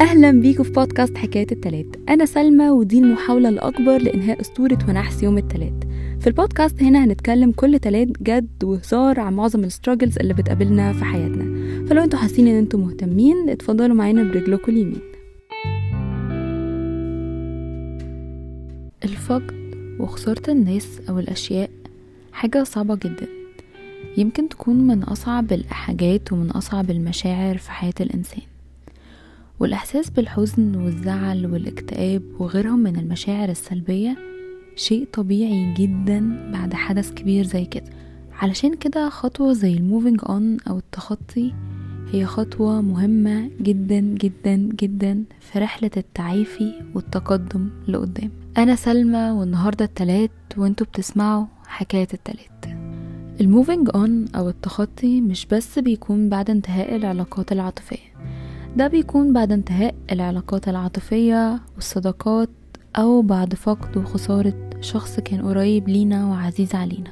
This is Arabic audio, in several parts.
أهلا بيكم في بودكاست حكاية التلات. أنا سلمى ودي المحاولة الأكبر لإنهاء أسطورة ونحس يوم التلات. في البودكاست هنا هنتكلم كل تلات جد وهزار عن معظم الستراجلز اللي بتقابلنا في حياتنا، فلو انتوا حاسين ان انتوا مهتمين اتفضلوا معانا برجلكم اليمين. الفقد وخسارة الناس أو الأشياء حاجة صعبة جدا، يمكن تكون من أصعب الحاجات ومن أصعب المشاعر في حياة الإنسان، والإحساس بالحزن والزعل والاكتئاب وغيرهم من المشاعر السلبية شيء طبيعي جدا بعد حدث كبير زي كده. علشان كده خطوة زي الموفينج اون أو التخطي هي خطوة مهمة جدا جدا جدا في رحلة التعافي والتقدم لقدام. أنا سلمى والنهاردة التلات وانتوا بتسمعوا حكاية التلات. الموفينج اون أو التخطي مش بس بيكون بعد انتهاء العلاقات العاطفية، ده بيكون بعد انتهاء العلاقات العاطفية والصداقات أو بعد فقد وخسارة شخص كان قريب لينا وعزيز علينا.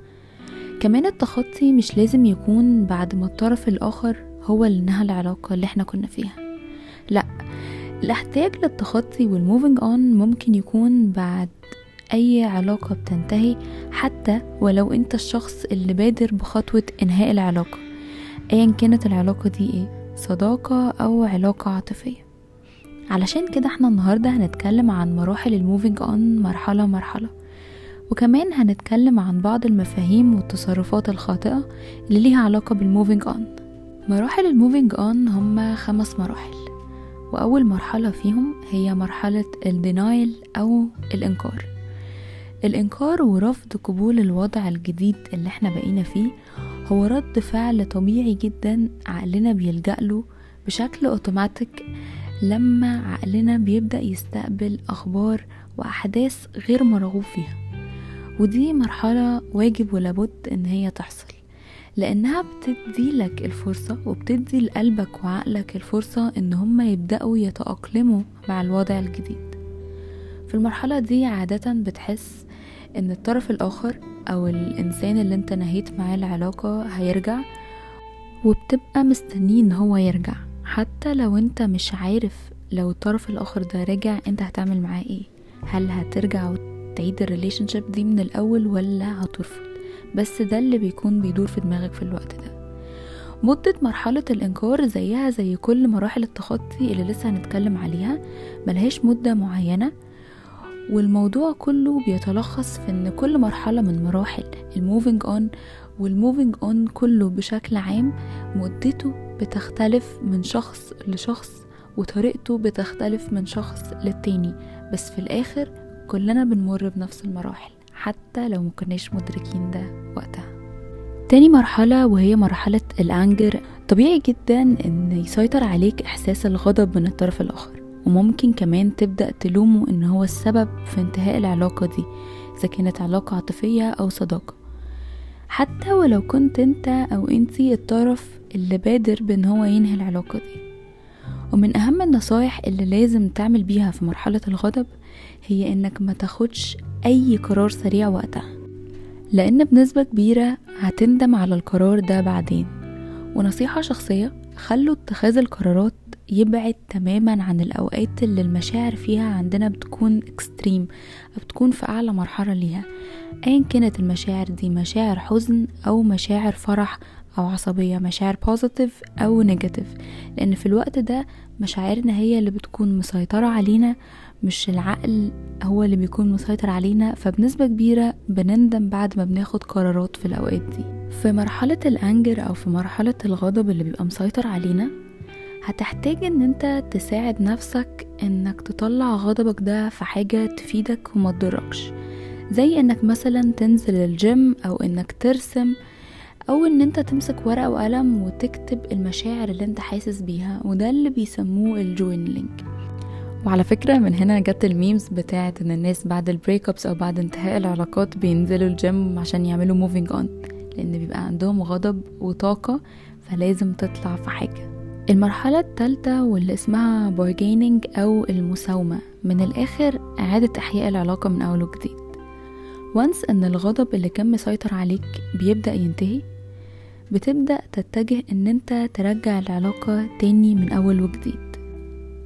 كمان التخطي مش لازم يكون بعد ما الطرف الآخر هو اللي نهى العلاقة اللي احنا كنا فيها، لا، الاحتياج للتخطي والموفينج اون ممكن يكون بعد أي علاقة بتنتهي، حتى ولو انت الشخص اللي بادر بخطوة انهاء العلاقة ايا كانت العلاقة دي ايه، صداقة أو علاقة عاطفية. علشان كده احنا النهاردة هنتكلم عن مراحل الموفينج اون مرحلة مرحلة، وكمان هنتكلم عن بعض المفاهيم والتصرفات الخاطئة اللي ليها علاقة بالموفينج اون. مراحل الموفينج اون هم 5 مراحل، وأول مرحلة فيهم هي مرحلة الدينايل أو الإنكار. الإنكار ورفض قبول الوضع الجديد اللي احنا بقينا فيه هو رد فعل طبيعي جدا عقلنا بيلجأ له بشكل اوتوماتيك لما عقلنا بيبدأ يستقبل أخبار وأحداث غير مرغوب فيها، ودي مرحلة واجب ولابد ان هي تحصل، لأنها بتدي لك الفرصة وبتدي لقلبك وعقلك الفرصة ان هم يبدأوا يتأقلموا مع الوضع الجديد. في المرحلة دي عادة بتحس ان الطرف الآخر أو الإنسان اللي انت نهيت معاه العلاقة هيرجع، وبتبقى مستنين هو يرجع، حتى لو انت مش عارف لو الطرف الآخر ده رجع انت هتعمل معاه ايه، هل هترجع وتعيد الريليشنشيب دي من الأول ولا هترفض، بس ده اللي بيكون بيدور في دماغك في الوقت ده. مدة مرحلة الإنكار زيها زي كل مراحل التخطي اللي لسه هنتكلم عليها، ملهاش مدة معينة، والموضوع كله بيتلخص في ان كل مرحلة من مراحل الموفينج اون والموفينج اون كله بشكل عام مدته بتختلف من شخص لشخص وطريقته بتختلف من شخص للتاني، بس في الاخر كلنا بنمر بنفس المراحل حتى لو مكناش مدركين ده وقتها. تاني مرحلة وهي مرحلة الانجر، طبيعي جدا ان يسيطر عليك احساس الغضب من الطرف الاخر، وممكن كمان تبدأ تلومه ان هو السبب في انتهاء العلاقة دي اذا كانت علاقة عاطفية او صداقة، حتى ولو كنت انت او انتي الطرف اللي بادر بان هو ينهي العلاقة دي. ومن اهم النصايح اللي لازم تعمل بيها في مرحلة الغضب هي انك ما تاخدش اي قرار سريع وقتها، لان بنسبة كبيرة هتندم على القرار ده بعدين. ونصيحة شخصية، خلوا اتخاذ القرارات يبعد تماما عن الأوقات اللي المشاعر فيها عندنا بتكون اكستريم، بتكون في أعلى مرحلة ليها، أيا كانت المشاعر دي مشاعر حزن أو مشاعر فرح أو عصبية، مشاعر بوزيتيف أو نيجاتيف، لأن في الوقت ده مشاعرنا هي اللي بتكون مسيطرة علينا، مش العقل هو اللي بيكون مسيطر علينا، فبنسبة كبيرة بنندم بعد ما بناخد قرارات في الأوقات دي. في مرحلة الأنجر أو في مرحلة الغضب اللي بيبقى مسيطر علينا هتحتاج ان انت تساعد نفسك انك تطلع غضبك ده في حاجة تفيدك وما تضركش، زي انك مثلا تنزل الجيم او انك ترسم او ان انت تمسك ورقة وقلم وتكتب المشاعر اللي انت حاسس بيها، وده اللي بيسموه الجورنالينج. وعلى فكرة من هنا جت الميمز بتاعت ان الناس بعد البريك ابس او بعد انتهاء العلاقات بينزلوا الجيم عشان يعملوا موفينج اون، لان بيبقى عندهم غضب وطاقة فلازم تطلع في حاجة. المرحلة الثالثة واللي اسمها بارجينينج أو المساومة، من الآخر إعادة إحياء العلاقة من أول وجديد. وانس أن الغضب اللي كان مسيطر عليك بيبدأ ينتهي، بتبدأ تتجه أن انت ترجع العلاقة تاني من أول وجديد.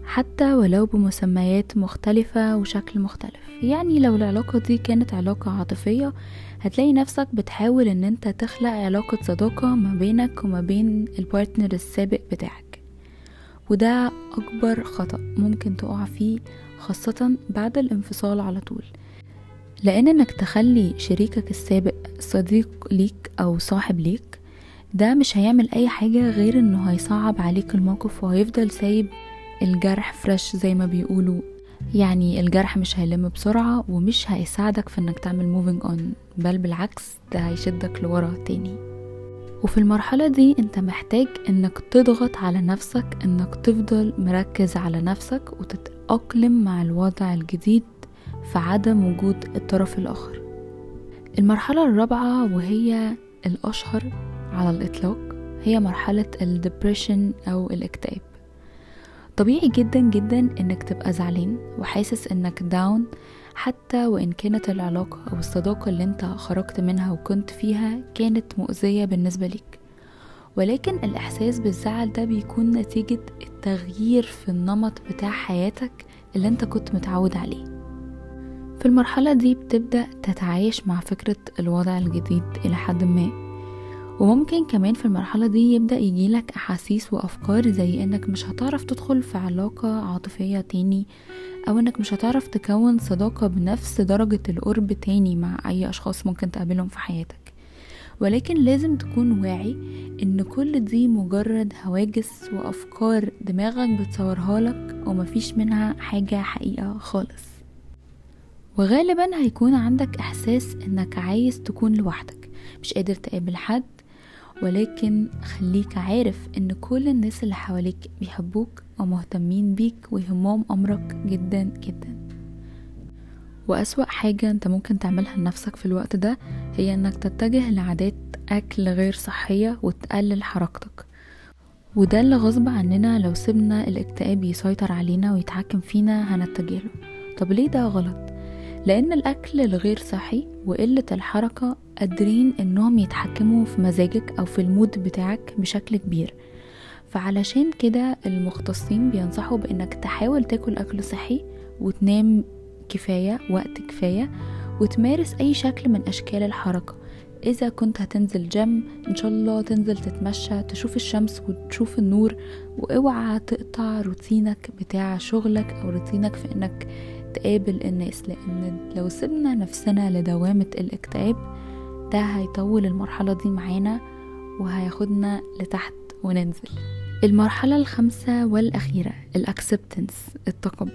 حتى ولو بمسميات مختلفة وشكل مختلف. يعني لو العلاقة دي كانت علاقة عاطفية، هتلاقي نفسك بتحاول ان انت تخلق علاقة صداقة ما بينك وما بين البارتنر السابق بتاعك، وده اكبر خطأ ممكن تقع فيه، خاصة بعد الانفصال على طول. لان انك تخلي شريكك السابق صديق ليك او صاحب ليك، ده مش هيعمل اي حاجة غير انه هيصعب عليك الموقف، وهيفضل سايب الجرح فريش زي ما بيقولوا. يعني الجرح مش هيلم بسرعة، ومش هيساعدك في انك تعمل موفينج اون، بل بالعكس ده هيشدك لورا تاني. وفي المرحلة دي انت محتاج انك تضغط على نفسك انك تفضل مركز على نفسك وتتأقلم مع الوضع الجديد في عدم وجود الطرف الآخر. المرحلة الرابعة وهي الأشهر على الإطلاق هي مرحلة الدبريشن أو الاكتئاب. طبيعي جدا جدا انك تبقى زعلان وحاسس انك داون، حتى وان كانت العلاقة او الصداقة اللي انت خرجت منها وكنت فيها كانت مؤذية بالنسبة ليك، ولكن الاحساس بالزعل ده بيكون نتيجة التغيير في النمط بتاع حياتك اللي انت كنت متعود عليه. في المرحلة دي بتبدأ تتعايش مع فكرة الوضع الجديد الى حد ما، وممكن كمان في المرحلة دي يبدأ يجيلك أحاسيس وأفكار زي إنك مش هتعرف تدخل في علاقة عاطفية تاني، أو إنك مش هتعرف تكون صداقة بنفس درجة القرب تاني مع أي أشخاص ممكن تقابلهم في حياتك. ولكن لازم تكون واعي إن كل دي مجرد هواجس وأفكار دماغك بتصورها لك، ومفيش منها حاجة حقيقة خالص. وغالبا هيكون عندك إحساس إنك عايز تكون لوحدك، مش قادر تقابل حد، ولكن خليك عارف ان كل الناس اللي حواليك بيحبوك ومهتمين بيك ويهمهم امرك جدا جدا. واسوأ حاجة انت ممكن تعملها لنفسك في الوقت ده هي انك تتجه لعادات اكل غير صحية وتقلل حركتك، وده اللي غصب عننا لو سيبنا الاكتئاب يسيطر علينا ويتحكم فينا هنتجه له. طب ليه ده غلط؟ لان الاكل الغير صحي وقلة الحركة قادرين انهم يتحكموا في مزاجك او في المود بتاعك بشكل كبير. فعلشان كده المختصين بينصحوا بانك تحاول تاكل اكل صحي وتنام كفاية وقت كفاية، وتمارس اي شكل من اشكال الحركة. اذا كنت هتنزل جيم ان شاء الله تنزل تتمشى تشوف الشمس وتشوف النور، واوعى تقطع روتينك بتاع شغلك او روتينك في انك تقابل الناس، لان لو سيبنا نفسنا لدوامة الاكتئاب ده هيطول المرحلة دي معانا وهياخدنا لتحت وننزل. المرحلة الخامسة والأخيرة الأكسبتنس، التقبل.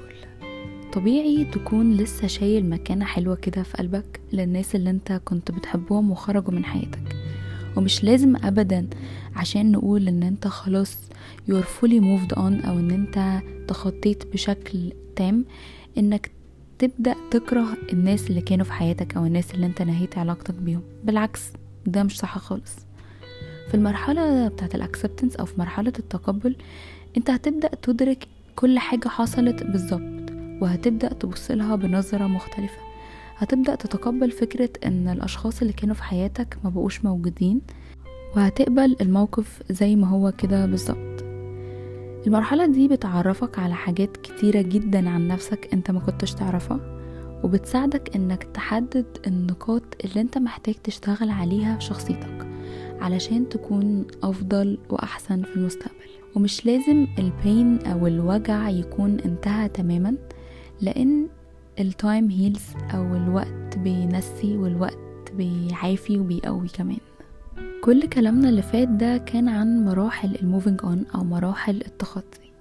طبيعي تكون لسه شايل مكانة حلوة كده في قلبك للناس اللي انت كنت بتحبهم وخرجوا من حياتك، ومش لازم أبدا عشان نقول ان انت خلاص you're fully moved on او ان انت تخطيت بشكل تام انك تبدأ تكره الناس اللي كانوا في حياتك او الناس اللي انت نهيت علاقتك بيهم. بالعكس ده مش صح خالص. في المرحلة بتاعت الاكسبتنس او في مرحلة التقبل انت هتبدأ تدرك كل حاجة حصلت بالظبط، وهتبدأ تبصلها بنظرة مختلفة. هتبدأ تتقبل فكرة ان الاشخاص اللي كانوا في حياتك ما بقوش موجودين، وهتقبل الموقف زي ما هو كده بالظبط. المرحلة دي بتعرفك على حاجات كتيرة جدا عن نفسك انت ما كنتش تعرفها، وبتساعدك انك تحدد النقاط اللي انت محتاج تشتغل عليها في شخصيتك علشان تكون افضل واحسن في المستقبل. ومش لازم البين او الوجع يكون انتهى تماما، لان التايم هيلز او الوقت بينسي والوقت بيعافي وبيقوي كمان. كل كلامنا اللي فات ده كان عن مراحل الموفينج اون او مراحل التخطي،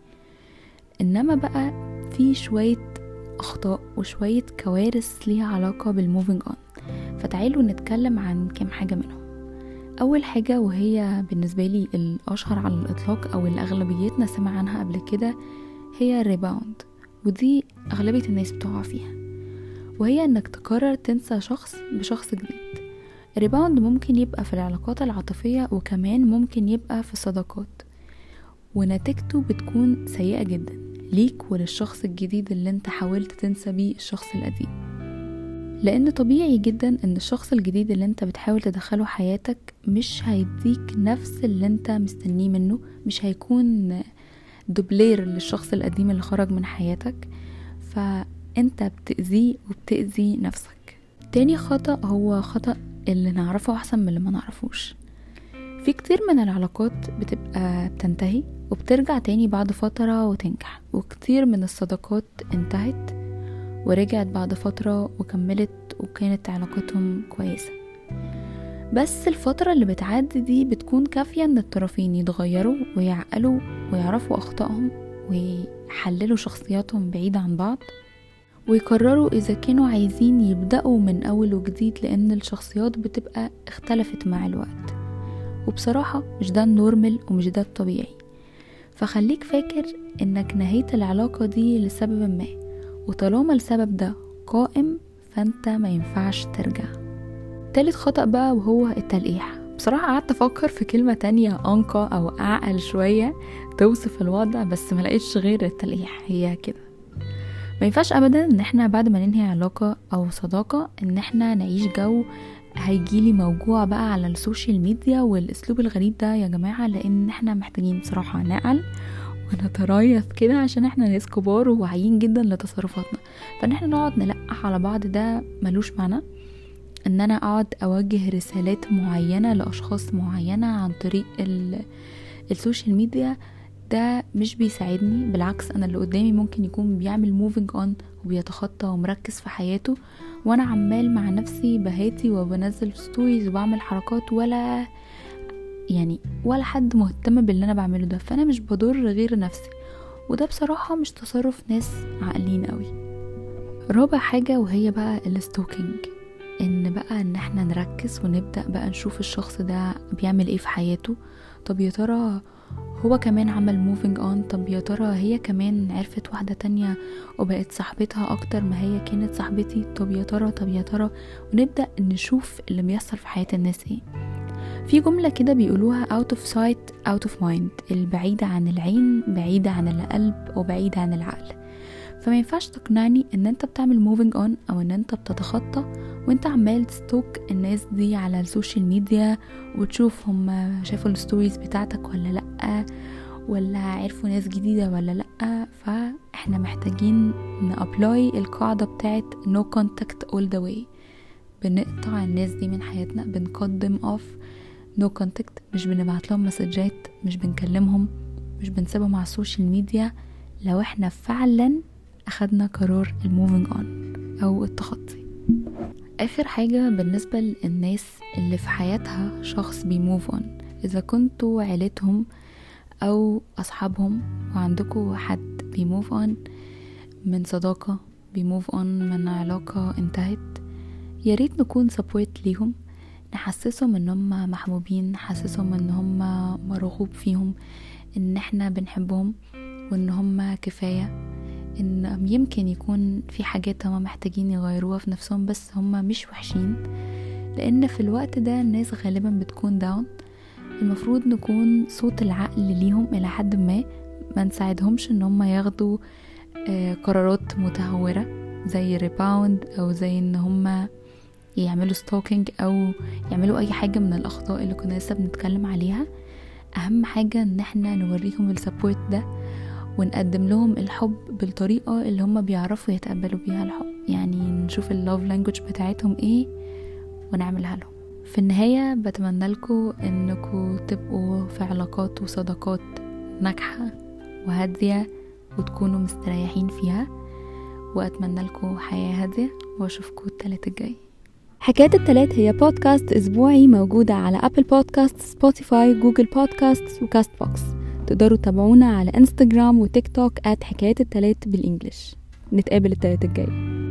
انما بقى في شوية اخطاء وشوية كوارث ليها علاقة بالموفينج اون، فتعالوا نتكلم عن كام حاجة منهم. اول حاجة وهي بالنسبة لي الاشهر على الاطلاق او اللي اغلبيتنا سمع عنها قبل كده هي الريباوند، ودي اغلبية الناس بتقع فيها، وهي انك تقرر تنسى شخص بشخص جديد. الريباوند ممكن يبقى في العلاقات العاطفية وكمان ممكن يبقى في الصداقات، ونتيجته بتكون سيئة جدا ليك وللشخص الجديد اللي انت حاولت تنسى بيه الشخص القديم. لان طبيعي جدا ان الشخص الجديد اللي انت بتحاول تدخله حياتك مش هيديك نفس اللي انت مستنيه منه، مش هيكون دوبلير للشخص القديم اللي خرج من حياتك، فانت بتأذيه وبتأذي نفسك. تاني خطأ هو خطأ اللي نعرفه احسن من اللي ما نعرفوش. في كتير من العلاقات بتبقى بتنتهي وبترجع تاني بعد فترة وتنجح، وكتير من الصداقات انتهت ورجعت بعد فترة وكملت وكانت علاقتهم كويسة. بس الفترة اللي بتعدي دي بتكون كافية ان الطرفين يتغيروا ويعقلوا ويعرفوا اخطائهم ويحللوا شخصياتهم بعيدة عن بعض، ويقرروا اذا كانوا عايزين يبدأوا من اول وجديد، لان الشخصيات بتبقى اختلفت مع الوقت. وبصراحة مش ده النورمال ومش ده الطبيعي. فخليك فاكر انك نهيت العلاقة دي لسبب ما، وطالما السبب ده قائم فانت ما ينفعش ترجع. تالت خطأ بقى وهو التلقيح. بصراحة قعدت افكر في كلمة تانية انقى او اعقل شوية توصف الوضع، بس ما لقيتش غير التلقيح. هي كده، ما ينفعش ابدا ان احنا بعد ما ننهي علاقة او صداقة ان احنا نعيش جو هيجيلي موجوع بقى على السوشيال ميديا والاسلوب الغريب ده يا جماعة، لان احنا محتاجين بصراحة نعقل ونتريث كده، عشان احنا ناس كبار وواعيين جدا لتصرفاتنا. فان احنا نقعد نلقح على بعض ده ملوش معنى. ان انا اقعد اوجه رسالات معينة لاشخاص معينة عن طريق السوشيال ميديا ده مش بيساعدني. بالعكس، انا اللي قدامي ممكن يكون بيعمل موفينج اون وبيتخطى ومركز في حياته، وانا عمال مع نفسي بهاتي وبنزل ستوريز وبعمل حركات ولا حد مهتم باللي انا بعمله ده. فانا مش بضر غير نفسي، وده بصراحة مش تصرف ناس عاقلين قوي. رابع حاجة وهي بقى الستوكينج، ان احنا نركز ونبدأ بقى نشوف الشخص ده بيعمل ايه في حياته. طب يا ترى هو كمان عمل موفينج اون؟ طب يا ترى هي كمان عرفت واحدة تانية وبقت صاحبتها اكتر ما هي كانت صاحبتي؟ طب يا ترى ونبدأ نشوف اللي بيحصل في حياة الناس ايه. في جملة كده بيقولوها out of sight out of mind، البعيدة عن العين بعيدة عن القلب وبعيدة عن العقل. فما ينفعش تقنعني ان انت بتعمل موفينج اون او ان انت بتتخطى وانت عمال تستوك الناس دي على السوشيال ميديا وتشوف هم شافوا الستوريز بتاعتك ولا لأ، ولا عرفوا ناس جديدة ولا لأ. فاحنا محتاجين نابلاي القاعدة بتاعت no contact all the way. بنقطع الناس دي من حياتنا، بنقدم off no contact، مش بنبعت لهم مسجات، مش بنكلمهم، مش بنسيبهم على السوشيال ميديا لو احنا فعلا اخدنا قرار الموفينج اون او التخطي. اخر حاجة بالنسبة للناس اللي في حياتها شخص بيموف اون، اذا كنتوا عيلتهم او اصحابهم وعندكوا حد بيموف اون من صداقة، بيموف اون من علاقة انتهت، ياريت نكون سبورت ليهم، نحسسهم ان هم محبوبين، نحسسهم ان هم مرغوب فيهم، ان احنا بنحبهم وان هم كفاية، ان يمكن يكون في حاجات هم محتاجين يغيروها في نفسهم بس هم مش وحشين. لان في الوقت ده الناس غالبا بتكون داون. المفروض نكون صوت العقل ليهم الى حد ما نساعدهمش ان هم ياخدوا قرارات متهورة زي ريباوند او زي ان هم يعملوا ستوكينج او يعملوا اي حاجة من الاخطاء اللي كنا لسه بنتكلم عليها. اهم حاجة ان احنا نوريهم السبورت ده ونقدم لهم الحب بالطريقة اللي هم بيعرفوا يتقبلوا بيها الحب. يعني نشوف اللوف لانجوج بتاعتهم ايه ونعملها لهم. في النهاية بتمنى لكم انكم تبقوا في علاقات وصداقات ناجحة وهادية وتكونوا مستريحين فيها، واتمنى لكم حياة هادية، واشوفكم الثلاث الجاي. حكاية التلات هي بودكاست أسبوعي موجودة على أبل بودكاست، سبوتيفاي، جوجل بودكاست وكاست بوكس. تقدروا تتابعونا على انستجرام وتيك توك @حكاية التلات بالإنجليش. نتقابل التلات الجاي.